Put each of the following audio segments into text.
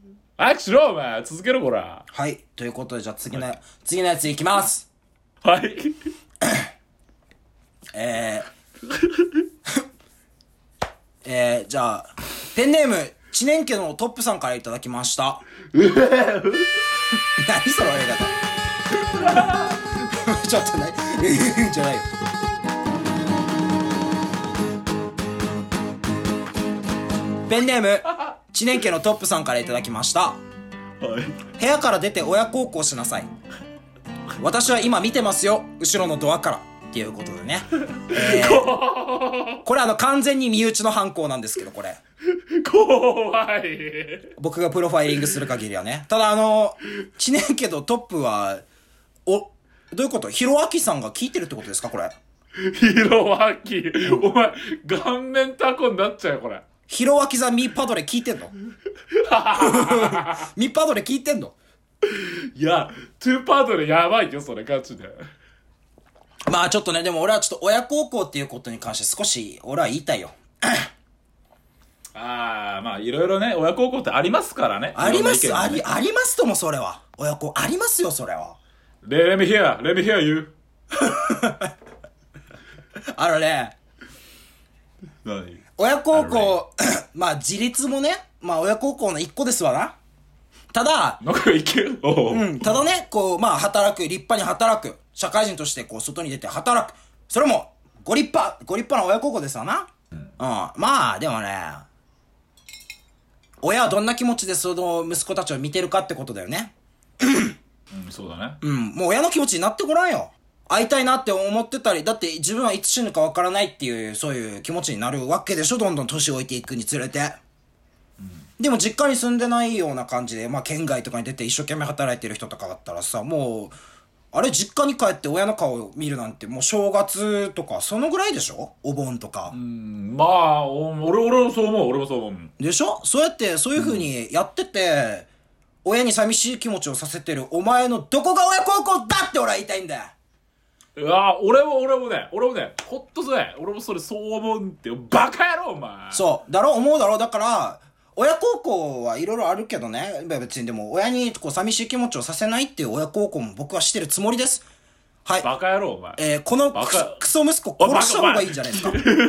早くしろお前。続けろこら。 はい。ということで、じゃあ次のやついきます。 はい。 じゃあ、ペンネーム、知念家のトップさんからいただきました。何そのやり方。ちょっとね、じゃないよ。ペンネーム、知念家のトップさんからいただきました。 はい。 部屋から出て親孝行しなさい。私は今見てますよ、後ろのドアから。っていうことでね。これ完全に身内の犯行なんですけど、これ。 怖い。 僕がプロファイリングする限りはね。ただ知念家のトップは、どういうこと？ヒロアキさんが聞いてるってことですか、これ。 ヒロアキ。お前、顔面タコになっちゃうよ、これ。 ヒロアキさんミパドレ聞いてんの？ミパドレ聞いてんの？ いや、トゥーパードでやばいよ、それ、ガチで。 まあちょっとね、でも俺はちょっと親孝行っていうことに関して少し、俺は言いたいよ。 まあ、いろいろね、親孝行ってありますからね。 あります、 ね、 ありますとも、それは。親孝、ありますよ、それは。 Let me hear you. 何？ 親孝行、まあ自立もね、まあ親孝行の一個ですわな。ただ、 なんかいける？ ただね、まあ働く、立派に働く。社会人として外に出て働く。それも、ご立派な親孝行ですわな。まあ、でもね、親はどんな気持ちでその息子たちを見てるかってことだよね。 そうだね。 もう親の気持ちになってごらんよ。会いたいなって思ってたり、だって自分はいつ死ぬかわからないっていう、そういう気持ちになるわけでしょ、どんどん年を置いていくにつれて。でも実家に住んでないような感じで、まあ県外とかに出て一生懸命働いてる人とかだったらさ、もう、あれ実家に帰って親の顔を見るなんてもう正月とか、そのぐらいでしょ？お盆とか。 まあ、俺もそう思う。 でしょ？そうやって、そういう風にやってて、親に寂しい気持ちをさせてるお前のどこが親孝行だって俺は言いたいんだよ。 俺もね、ほっとせ、俺もそれそう思うんってよ、バカ野郎お前。 そう、思うだろ。だから、親孝行はいろいろあるけどね、別にでも親に寂しい気持ちをさせないっていう親孝行も僕はしてるつもりです。はい。 バカ野郎お前。 このクソ息子殺した方がいいんじゃないですか。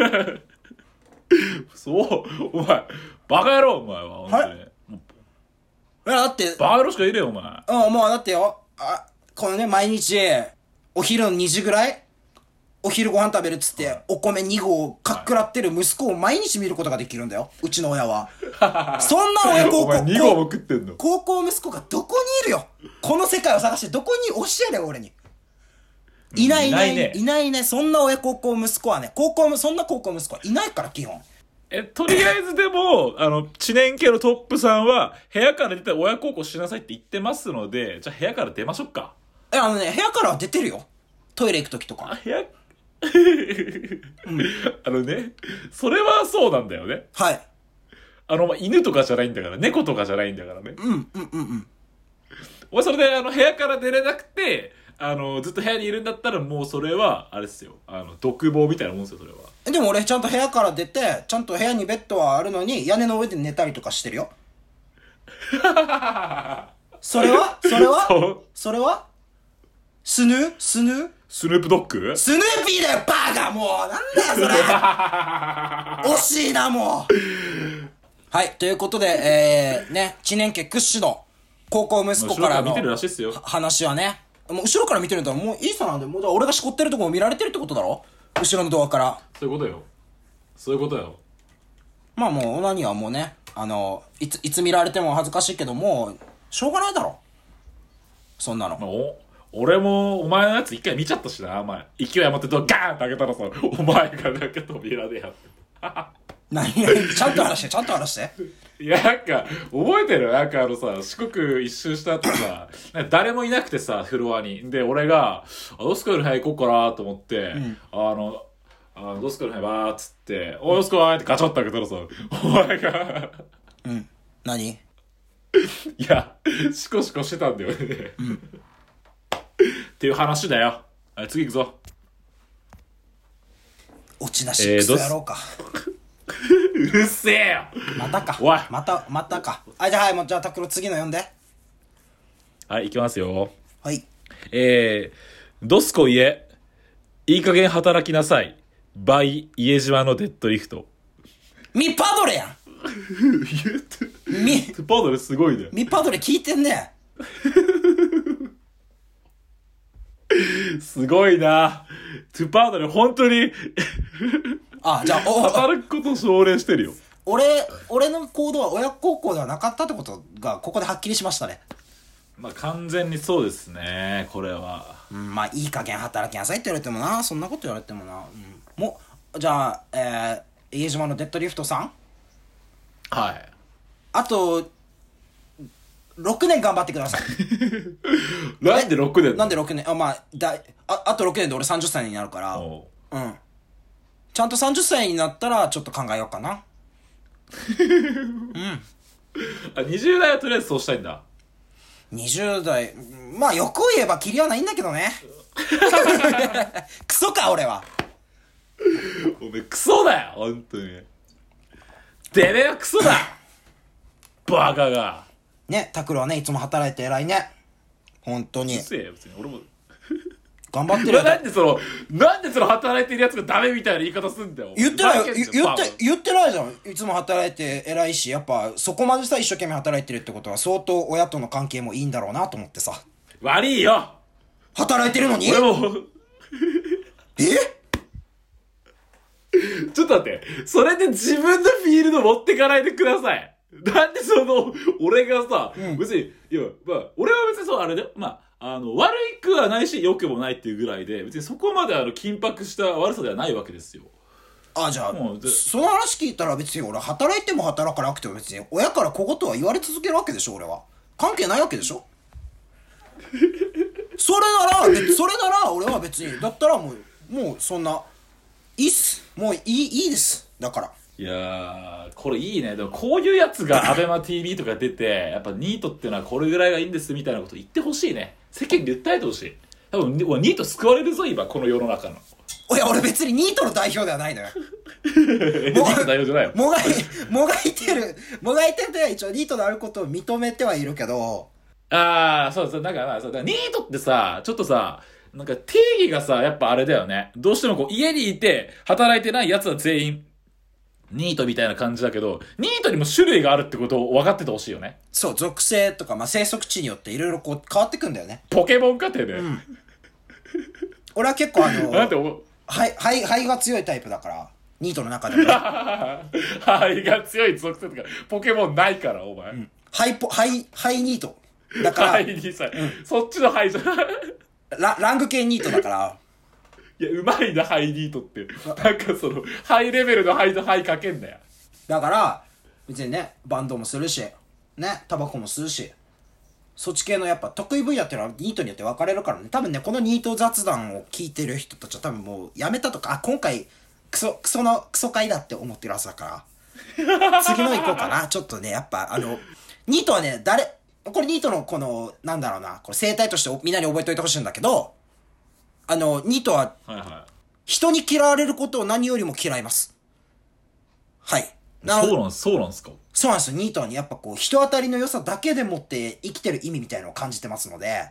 そう、お前、バカ野郎お前は、本当に。 だって、 バカ野郎しかいねえよお前。 もうだってよ、このね、毎日、お昼の2時ぐらいお昼ご飯食べるっつって、お米2合かっくらってる息子を毎日見ることができるんだよ。うちの親は。そんな親孝行。 お前2合も食ってんの？ 高校息子がどこにいるよ。この世界を探してどこに教えれよ、俺に。いないね。そんな親孝行息子はね、そんな高校息子はいないから、基本。 とりあえずでも、知念家のトップさんは、部屋から出て親孝行しなさいって言ってますので、じゃあ部屋から出ましょうか。 部屋からは出てるよ。トイレ行くときとか。 部屋それはそうなんだよね。 はい。 犬とかじゃないんだから、猫とかじゃないんだからね。お前それで部屋から出れなくて、ずっと部屋にいるんだったらもうそれは、あれですよ。独房みたいなもんですよ、それは。 でも俺ちゃんと部屋から出て、ちゃんと部屋にベッドはあるのに、屋根の上で寝たりとかしてるよ。それはスヌープドッグスヌーピーだよ、バカ！もう、なんだよ、それ！惜しいな、もう！はい、ということで、知念家屈指の高校息子からの話はね、もう後ろから見てるんだらもういいさなんで、もう俺がしこってるとこも見られてるってことだろ？後ろのドアから。 そういうことよ。 まあもう、オナニーはもうね、いつ見られても恥ずかしいけど、もう、しょうがないだろ。そんなの。 まあ俺もお前のやつ一回見ちゃったしな、お前。勢い余ってドアガーンって開けたらさ、お前がなんか扉でやってた。 何ちゃんと話して。 いや、なんか、覚えてる？なんか四国一周した後さ、誰もいなくてさ、フロアに。で、俺が、どすこより早く行こうかなと思って、どすこより早いばーっつって、どすこーってガチャって開けたらさ、お前が何？ いや、シコシコしてたんだよね。っていう話だよ。はい、次行くぞ。 落ちなしクソ野郎か。 うるせえよ。 またか。 おいまたか。じゃあはい、もうじゃあ拓郎次の読んで。 はい、いきますよ。 はい。 ドスコイエ、いい加減働きなさい。by 家島のデッドリフト。 ミパドレやん。ミパドレすごいね。 ミパドレ聞いてんね。 すごいな。トゥパードレ本当にじゃあ働くことを奨励してるよ。 俺の行動は親孝行ではなかったってことがここではっきりしましたね。 まあ完全にそうですね、これは。 まあいい加減働きなさいって言われてもな、そんなこと言われてもな。じゃあ、家島のデッドリフトさん、 はい。 あと6年頑張ってください。 なんで6年なんで6年あと6年で俺30歳になるから、ちゃんと30歳になったらちょっと考えようかな。 20代はとりあえずそうしたいんだ。 20代、まあ欲を言えばキリはないんだけどね。クソか俺は。 おめえクソだよ、本当に。てめえはクソだ。バカが。 ね、拓郎ね、いつも働いて偉いね。本当に。 うるせえよ、別に。俺も。 頑張ってるよ。 なんでその働いてるやつがダメみたいな言い方すんだよ。 言ってないよ。言ってないじゃん。いつも働いて偉いし、やっぱそこまでさ一生懸命働いてるってことは相当親との関係もいいんだろうなと思ってさ。 悪いよ。 働いてるのに。 俺も。ちょっと待って。それで自分のフィールド持ってかないでください。なんで俺がさ、別に、いや、まあ、俺は別にあれだよ。まあ、悪くはないし、良くもないっていうぐらいで、別にそこまで緊迫した悪さではないわけですよ。 じゃあ、その話聞いたら別に俺働いても働かなくても別に親から小言は言われ続けるわけでしょ、俺は。関係ないわけでしょ。それなら俺は別に、だったらもうそんな、いいっす。もういいです。だから。 いやー、これいいね。でもこういうやつがアベマ TV とか出て、やっぱニートっていうのはこれぐらいがいいんですみたいなこと言ってほしいね。世間で訴えてほしい。多分、ニート救われるぞ、今、この世の中の。 いや、俺別にニートの代表ではないのよ。 ニート代表じゃないよ。 もがいてて、一応ニートであることを認めてはいるけど。 そうそう、だからニートってさ、ちょっとさ、なんか定義がさ、やっぱあれだよね。どうしても家にいて働いてない奴は全員、ニートみたいな感じだけど、ニートにも種類があるってことを分かっててほしいよね。 そう、属性とか、生息地によっていろいろこう変わってくんだよね。 ポケモンかてね。 俺は結構なんて肺が強いタイプだから、ニートの中でも。 肺が強い属性とか、ポケモンないから、お前。 肺ニート。だから、 肺にさ、そっちの肺じゃラング系ニートだから。 いや、うまいな、ハイニートって。なんかハイレベルのハイとハイかけんだよ。 だから、別にね、バンドもするし、ね、タバコもするし、そっち系のやっぱ得意分野っていうのはニートによって分かれるからね。多分ね、このニート雑談を聞いてる人たちは多分もうやめたとか、今回、クソ会だって思ってるはずだから。次の行こうかな。ちょっとね、やっぱニートはね、これニートのこの、なんだろうな、これ生態としてみんなに覚えておいてほしいんだけど、ニートは、人に嫌われることを何よりも嫌います。はい。 そうなんすか。 そうなんですよ。ニートはね、やっぱこう、人当たりの良さだけでもって生きてる意味みたいなのを感じてますので、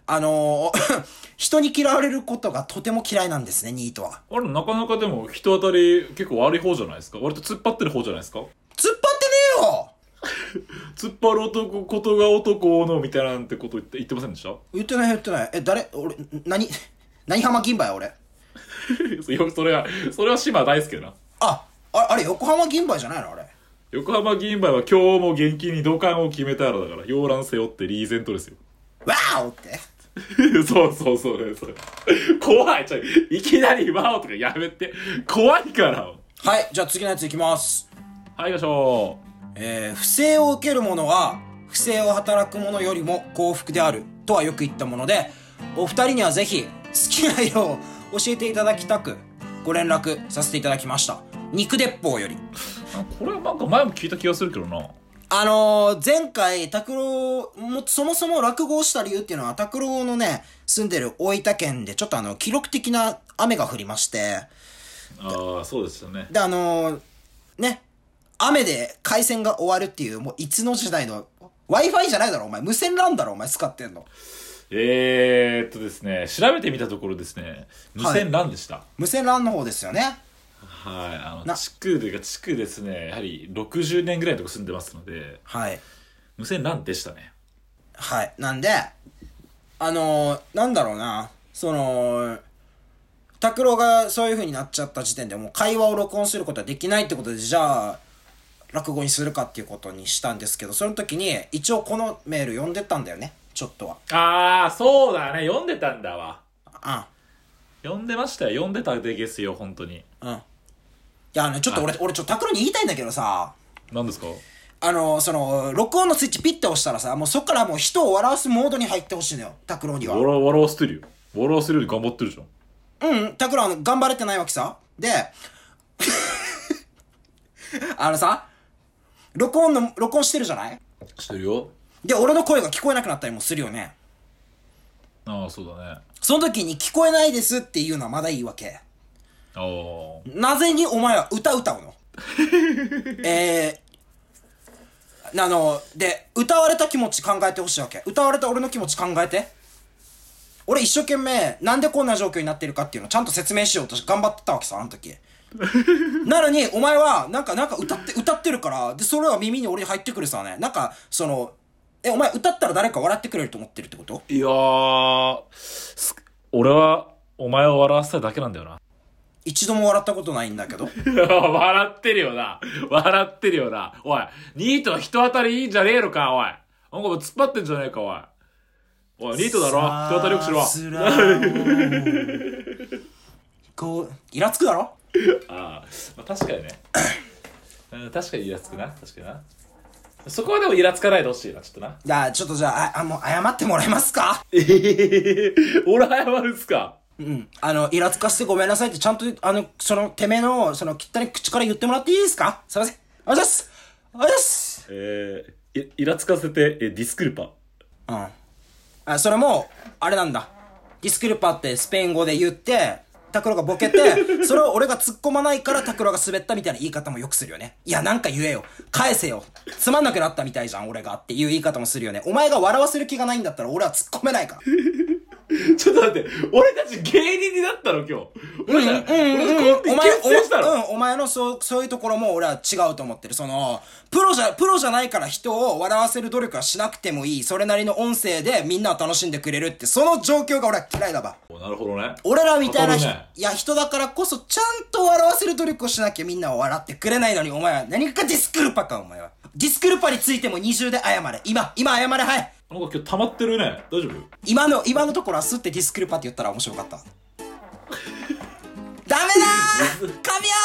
人に嫌われることがとても嫌いなんですね、ニートは。 あれ、なかなかでも人当たり結構悪い方じゃないですか。割と突っ張ってる方じゃないですか。 突っ張ってねえよ突っ張る男、ことが男のみたいなんてこと言ってませんでした？ 言ってない。俺、何浜銀馬や、俺。 それは島大輔な。 あれ、横浜銀馬じゃないのあれ。 横浜銀馬は今日も元気に土管を決めたらだから、洋蘭背負ってリーゼントですよ。 ワーオってそうそれ。怖い。いきなりワーオとかやめて。怖いから。 はい、じゃあ次のやついきます。 はい、行きましょう。不正を受ける者は、不正を働く者よりも幸福であるとはよく言ったもので、お二人にはぜひ好きな色を教えていただきたく、ご連絡させていただきました。肉鉄砲より。 これはなんか前も聞いた気がするけどな。 前回、拓郎も、そもそも落語をした理由っていうのは、拓郎のね、住んでる大分県で、ちょっと記録的な雨が降りまして。 そうですよね。 で、 ね、雨で回線が終わるっていう、もういつの時代の、Wi-Fi じゃないだろ、お前。無線 LAN だろ、お前使ってんの。 ですね、調べてみたところですね、無線 LAN でした。はい、 無線 LAN の方ですよね。 はい、地区ですね、やはり60年ぐらいのとこ住んでますので、 はい。 無線 LAN でしたね。 はい。なんで、なんだろうな、拓郎がそういう風になっちゃった時点でもう会話を録音することはできないってことで、じゃあ、落語にするかっていうことにしたんですけど、その時に一応このメール読んでたんだよね、ちょっとは。 ああ、そうだね、読んでたんだわ。 うん。 読んでましたよ、読んでたですよ、本当に。 うん。いや、ちょっと俺ちょっと拓郎に言いたいんだけどさ。 何ですか？ 録音のスイッチピッて押したらさ、もうそっからもう人を笑わすモードに入ってほしいのよ、拓郎には。 笑わせてるよ。笑わせるより頑張ってるじゃん。 拓郎頑張れてないわけさ。で、録音してるじゃない？ してるよ。 で、俺の声が聞こえなくなったりもするよね。 ああ、そうだね。 その時に聞こえないですっていうのはまだいいわけ。 ああ。 なぜにお前は歌うの？で、歌われた気持ち考えてほしいわけ。歌われた俺の気持ち考えて。俺一生懸命、なんでこんな状況になってるかっていうのをちゃんと説明しようと頑張ってたわけさ、あの時。なのに、お前は、なんか歌ってるから、で、それは耳に俺に入ってくるさね。お前歌ったら誰か笑ってくれると思ってるってこと？ いやー、俺は、お前を笑わせただけなんだよな。 一度も笑ったことないんだけど。 笑ってるよな。笑ってるよな。おい、ニートは人当たりいいんじゃねえのか、おい。なんか突っ張ってんじゃねえか、おい。おい、ニートだろ。人当たりよくしろ。 こう、イラつくだろ？ ああ、まあ、確かにね。確かにイラつくな。確かにな。そこはでもイラつかないでほしいな、ちょっとな。 ちょっとじゃあ、もう謝ってもらえますか？ 俺謝るんすか？ うん。イラつかせてごめんなさいってちゃんと、てめえの、汚い口から言ってもらっていいですか？すいません。ありがとうございます。ありがとうございます。 イラつかせて、ディスクルパ。 うん。それも、あれなんだ。ディスクルパってスペイン語で言って、拓郎がボケて、それを俺が突っ込まないから拓郎が滑ったみたいな言い方もよくするよね。いや、なんか言えよ。返せよ。つまんなくなったみたいじゃん、俺が。っていう言い方もするよね。お前が笑わせる気がないんだったら俺は突っ込めないから。 ちょっと待って、俺たち芸人になったの今日。 お前のそういうところも俺は違うと思ってる。プロじゃないから人を笑わせる努力はしなくてもいい。それなりの音声でみんなを楽しんでくれるって、その状況が俺は嫌いだわ。 なるほどね。 俺らみたいな人だからこそちゃんと笑わせる努力をしなきゃみんなを笑ってくれないのに、お前は何かディスクルパか、お前は。ディスクルパについても二重で謝れ。今謝れ、はい。 なんか今日溜まってるね。大丈夫？ 今のところはスってディスクルパって言ったら面白かった。ダメだー！神谷